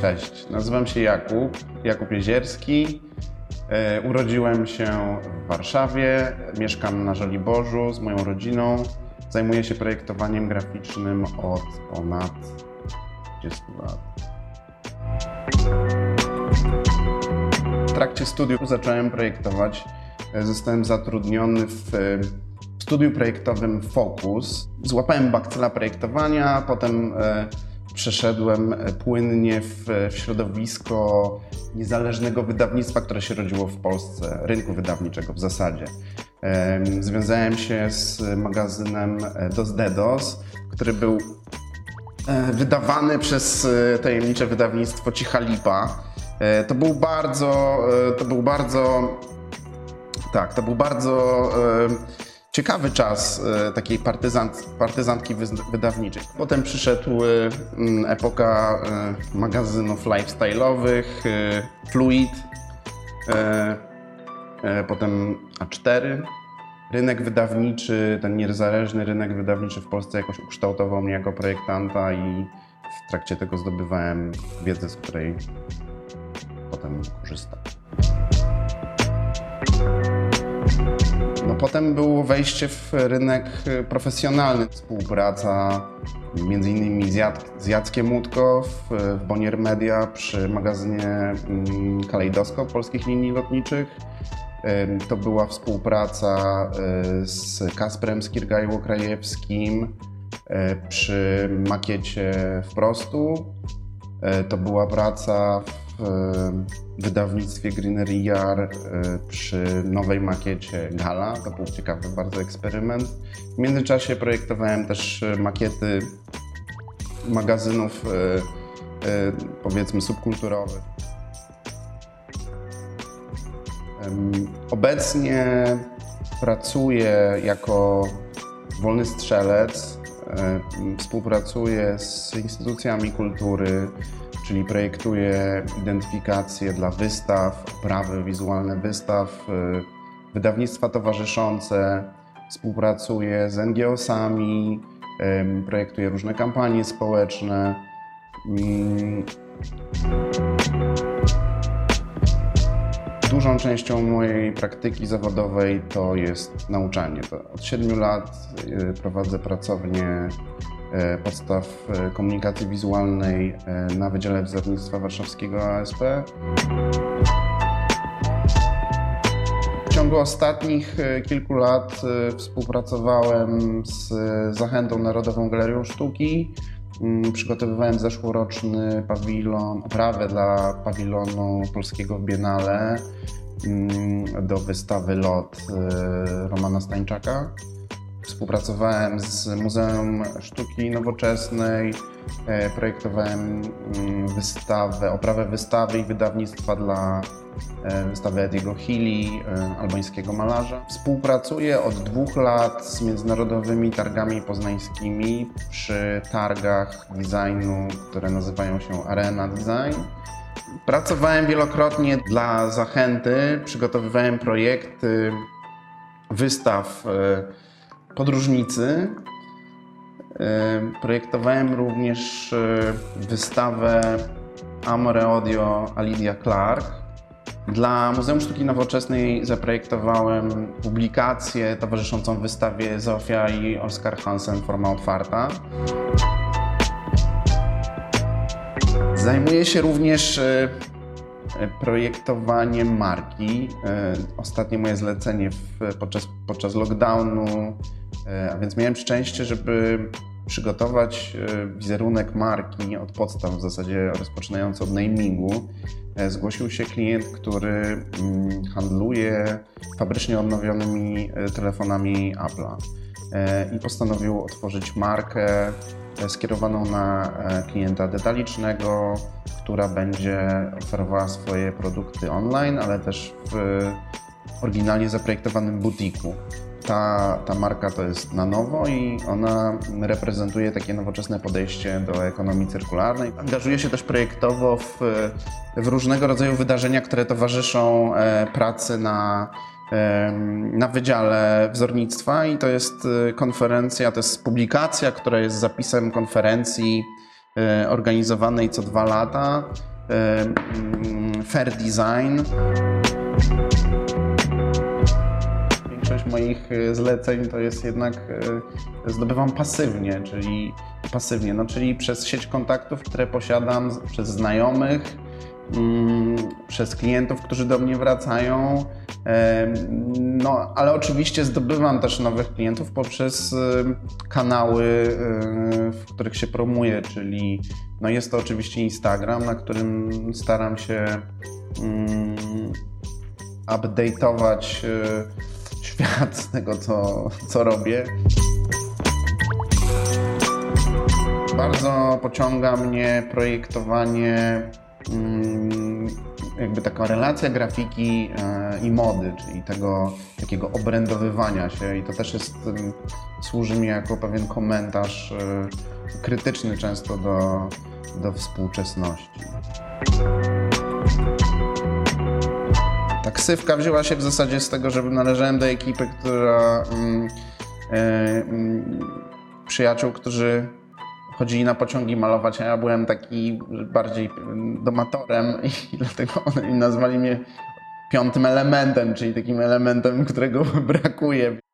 Cześć, nazywam się Jakub Jezierski. Urodziłem się w Warszawie, mieszkam na Żoliborzu z moją rodziną. Zajmuję się projektowaniem graficznym od ponad 20 lat. W trakcie studiów zacząłem projektować. Zostałem zatrudniony w studiu projektowym Focus. Złapałem bakcyla projektowania, potem przeszedłem płynnie w środowisko niezależnego wydawnictwa, które się rodziło w Polsce, rynku wydawniczego w zasadzie. Związałem się z magazynem Dos Dedos, który był wydawany przez tajemnicze wydawnictwo Cicha Lipa. To był bardzo ciekawy czas takiej partyzantki wydawniczej. Potem przyszedł epoka magazynów lifestyle'owych, Fluid, potem A4. Rynek wydawniczy, ten niezależny rynek wydawniczy w Polsce jakoś ukształtował mnie jako projektanta i w trakcie tego zdobywałem wiedzę, z której potem korzystam. Potem było wejście w rynek profesjonalny, współpraca m.in. z Jackiem Łódko w Bonnier Media przy magazynie Kalejdoskop Polskich Linii Lotniczych. To była współpraca z Kasprem Skirgajło-Krajewskim przy makiecie Wprostu. To była praca w wydawnictwie Greenery Yard przy nowej makiecie Gala. To był ciekawy bardzo eksperyment. W międzyczasie projektowałem też makiety magazynów powiedzmy subkulturowych. Obecnie pracuję jako wolny strzelec. Współpracuję z instytucjami kultury, czyli projektuję identyfikacje dla wystaw, oprawy wizualne wystaw, wydawnictwa towarzyszące, współpracuję z NGO-sami, projektuję różne kampanie społeczne. Dużą częścią mojej praktyki zawodowej to jest nauczanie. Od 7 lat prowadzę pracownię podstaw komunikacji wizualnej na Wydziale Wzornictwa Warszawskiego ASP. W ciągu ostatnich kilku lat współpracowałem z Zachętą Narodową Galerią Sztuki. Przygotowywałem zeszłoroczny oprawę dla pawilonu polskiego w Biennale do wystawy LOT Romana Stańczaka. Współpracowałem z Muzeum Sztuki Nowoczesnej, projektowałem oprawę wystawy i wydawnictwa dla wystawy Ediego Healy, albańskiego malarza. Współpracuję od 2 lat z międzynarodowymi targami poznańskimi przy targach designu, które nazywają się Arena Design. Pracowałem wielokrotnie dla Zachęty, przygotowywałem projekty wystaw podróżnicy. Projektowałem również wystawę Amore Odio a Lydia Clark. Dla Muzeum Sztuki Nowoczesnej zaprojektowałem publikację towarzyszącą wystawie Zofia i Oskar Hansen Forma Otwarta. Zajmuję się również projektowaniem marki. Ostatnie moje zlecenie podczas lockdownu, a więc miałem szczęście, żeby przygotować wizerunek marki od podstaw, w zasadzie rozpoczynając od namingu. Zgłosił się klient, który handluje fabrycznie odnowionymi telefonami Apple'a i postanowił otworzyć markę skierowaną na klienta detalicznego, która będzie oferowała swoje produkty online, ale też w oryginalnie zaprojektowanym butiku. Ta marka to jest na nowo i ona reprezentuje takie nowoczesne podejście do ekonomii cyrkularnej. Angażuje się też projektowo w różnego rodzaju wydarzenia, które towarzyszą pracy na Wydziale Wzornictwa i to jest konferencja, to jest publikacja, która jest zapisem konferencji organizowanej co 2 lata. fair design. Większość moich zleceń to jest jednak zdobywam pasywnie, czyli przez sieć kontaktów, które posiadam, przez znajomych, przez klientów, którzy do mnie wracają. No, ale oczywiście zdobywam też nowych klientów poprzez kanały, w których się promuję, czyli no jest to oczywiście Instagram, na którym staram się update'ować świat tego, co robię. Bardzo pociąga mnie projektowanie, jakby taka relacja grafiki i mody, czyli tego takiego obrędowywania się, i to też służy mi jako pewien komentarz krytyczny często do współczesności. Ta ksywka wzięła się w zasadzie z tego, że należałem do ekipy, przyjaciół, którzy chodzili na pociągi malować, a ja byłem taki bardziej domatorem i dlatego oni nazwali mnie piątym elementem, czyli takim elementem, którego brakuje.